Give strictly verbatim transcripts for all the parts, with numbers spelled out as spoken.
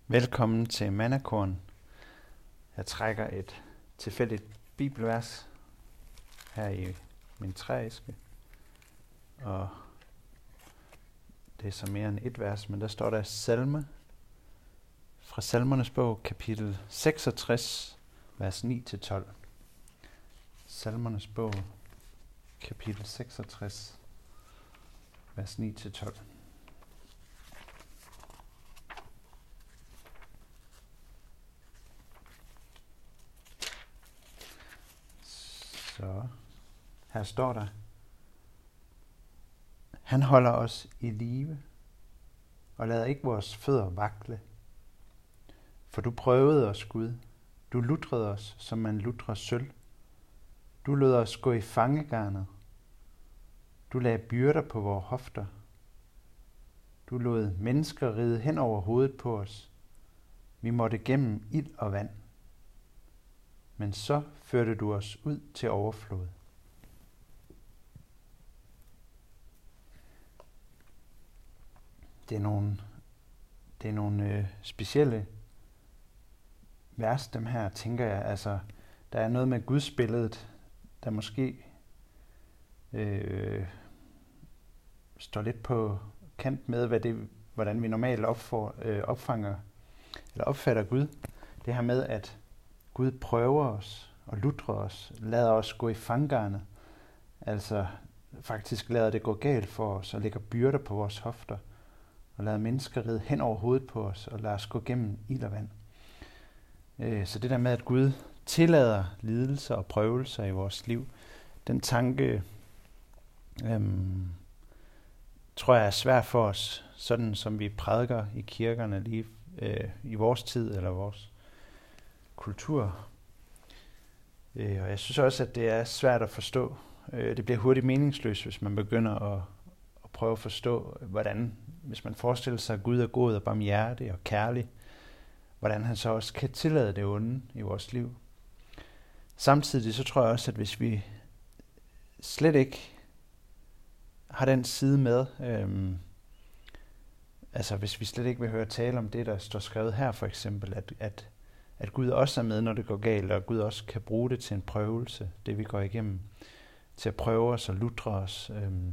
Velkommen til Mannakorn. Jeg trækker et tilfældigt bibelvers her i min trææske. Og det er så mere end et vers, men der står der salme fra Salmernes bog, kapitel seksogtres, vers ni til tolv. Salmernes bog, kapitel seksogtres, vers ni til tolv. Så her står der: Han holder os i live og lader ikke vores fødder vakle. For du prøvede os, Gud. Du lutrede os, som man lutrer sølv. Du lod os gå i fangegarnet. Du lagde byrder på vores hofter. Du lod mennesker ride hen over hovedet på os. Vi måtte gennem ild og vand. Men så førte du os ud til overflod. Det er nogle, det er nogle øh, specielle vers, dem her, tænker jeg. Altså, der er noget med gudsbilledet, der måske øh, står lidt på kant med, hvad det, hvordan vi normalt opfor, øh, opfanger, eller opfatter Gud. Det her med, at Gud prøver os og lutrer os, lader os gå i fanggarnet. Altså faktisk lader det gå galt for os og lægger byrder på vores hofter. Og lader mennesker ride hen over hovedet på os og lader os gå gennem ild og vand. Så det der med, at Gud tillader lidelser og prøvelser i vores liv, den tanke øhm, tror jeg er svær for os, sådan som vi prædiker i kirkerne lige øh, i vores tid eller vores kultur. Øh, og jeg synes også, at det er svært at forstå. Øh, det bliver hurtigt meningsløst, hvis man begynder at, at prøve at forstå, hvordan, hvis man forestiller sig, at Gud er god og barmhjertig og kærlig, hvordan han så også kan tillade det onde i vores liv. Samtidig så tror jeg også, at hvis vi slet ikke har den side med, øhm, altså hvis vi slet ikke vil høre tale om det, der står skrevet her for eksempel, at, at, at Gud også er med, når det går galt, og Gud også kan bruge det til en prøvelse, det vi går igennem, til at prøve os og lutre os, øhm,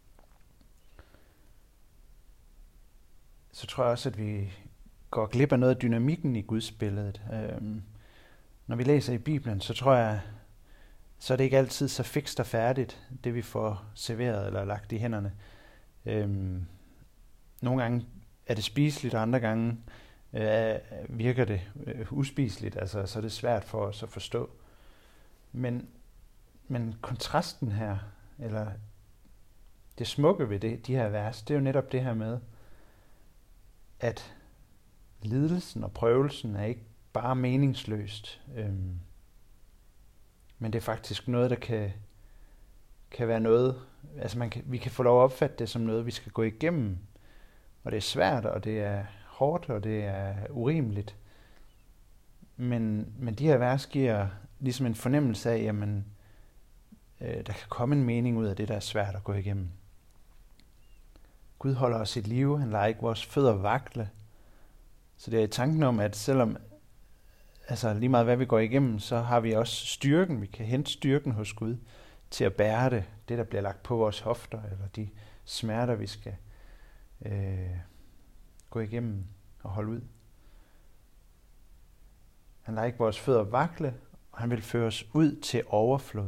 så tror jeg også, at vi går glip af noget af dynamikken i Guds billede. Øhm, når vi læser i Bibelen, så tror jeg, så er det ikke altid så fikst og færdigt, det vi får serveret eller lagt i hænderne. Øhm, nogle gange er det spiseligt, og andre gange øh, virker det øh, uspiseligt, altså så er det svært for os at forstå. Men, men kontrasten her, eller det smukke ved det, de her vers, det er jo netop det her med, at lidelsen og prøvelsen er ikke bare meningsløst, øhm, men det er faktisk noget, der kan, kan være noget, altså man kan, vi kan få lov at opfatte det som noget, vi skal gå igennem, og det er svært, og det er hårdt, og det er urimeligt. Men, men de her vers giver ligesom en fornemmelse af, jamen, øh, der kan komme en mening ud af det, der er svært at gå igennem. Gud holder os i live, han lader ikke vores fødder vakle. Så det er i tanken om, at selvom, altså lige meget hvad vi går igennem, så har vi også styrken, vi kan hente styrken hos Gud til at bære det, det der bliver lagt på vores hofter, eller de smerter, vi skal øh, gå igennem og holde ud. Han lader ikke vores fødder vakle, og han vil føre os ud til overflod.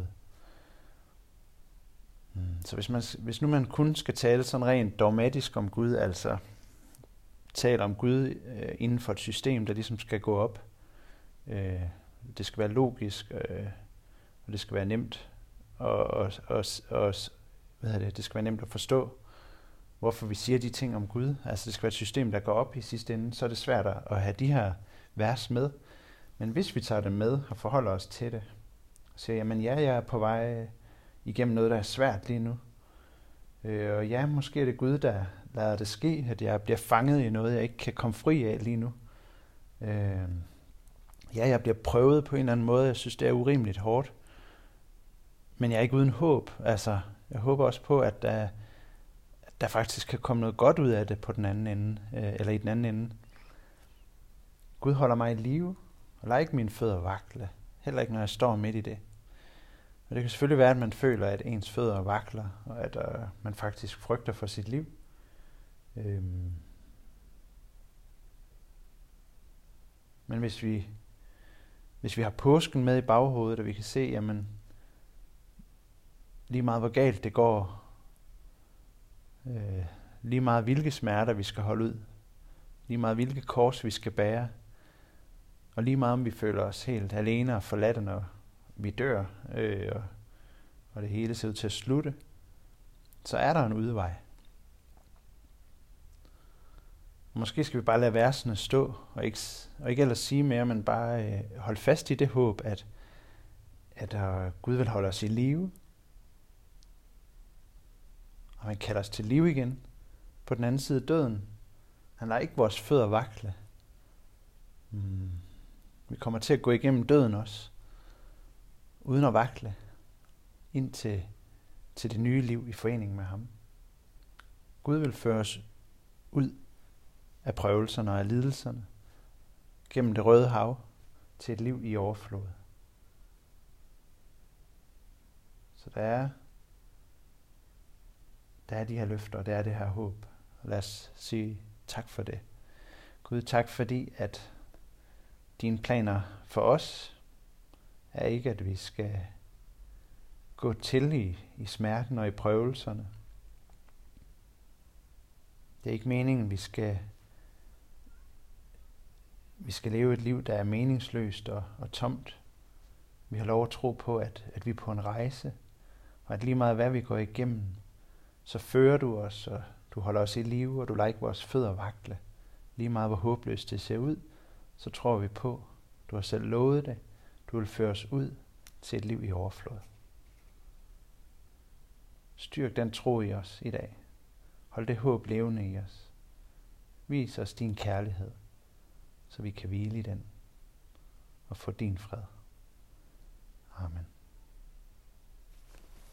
Så hvis, man, hvis nu man kun skal tale sådan rent dogmatisk om Gud, altså tale om Gud øh, inden for et system, der ligesom skal gå op, øh, det skal være logisk, øh, og det skal være nemt, og, og, og, og hvad er det, det skal være nemt at forstå, hvorfor vi siger de ting om Gud. Altså det skal være et system, der går op i sidste ende, så er det svært at have de her vers med. Men hvis vi tager det med og forholder os til det, og siger, jamen ja, jeg er på vej igennem noget, der er svært lige nu. Øh, og ja, måske er det Gud, der lader det ske, at jeg bliver fanget i noget, jeg ikke kan komme fri af lige nu. Øh, ja, jeg bliver prøvet på en eller anden måde. Jeg synes, det er urimeligt hårdt. Men jeg er ikke uden håb. Altså, jeg håber også på, at der, at der faktisk kan komme noget godt ud af det på den anden ende, øh, eller i den anden ende. Gud holder mig i live, og lader ikke mine fødder vakle. Heller ikke, når jeg står midt i det. Og det kan selvfølgelig være, at man føler, at ens fødder vakler, og at øh, man faktisk frygter for sit liv. Øhm. Men hvis vi, hvis vi har påsken med i baghovedet, og vi kan se, jamen, lige meget hvor galt det går, øh, lige meget hvilke smerter vi skal holde ud, lige meget hvilke kors vi skal bære, og lige meget om vi føler os helt alene og forladte, når vi dør, øh, og, og det hele ser ud til at slutte, så er der en udvej. Måske skal vi bare lade versene stå, og ikke, og ikke ellers sige mere, men bare øh, holde fast i det håb, at, at uh, Gud vil holde os i live, og han kalder os til liv igen på den anden side af døden. Han lader ikke vores fødder vakle. Mm. Vi kommer til at gå igennem døden også, uden at vakle, ind til, til det nye liv i forening med ham. Gud vil føre os ud af prøvelserne og af lidelserne, gennem det røde hav, til et liv i overflod. Så der er, der er de her løfter, og der er det her håb. Og lad os sige tak for det. Gud, tak fordi, at dine planer for os er ikke, at vi skal gå til i, i smerten og i prøvelserne. Det er ikke meningen, vi skal vi skal leve et liv, der er meningsløst og, og tomt. Vi har lov at tro på, at, at vi er på en rejse, og at lige meget hvad vi går igennem, så fører du os, og du holder os i live, og du lader ikke vores fødder vakle. Lige meget hvor håbløst det ser ud, så tror vi på, du har selv lovet det, du vil føre os ud til et liv i overflod. Styrk den tro i os i dag. Hold det håb levende i os. Vis os din kærlighed, så vi kan hvile i den og få din fred. Amen.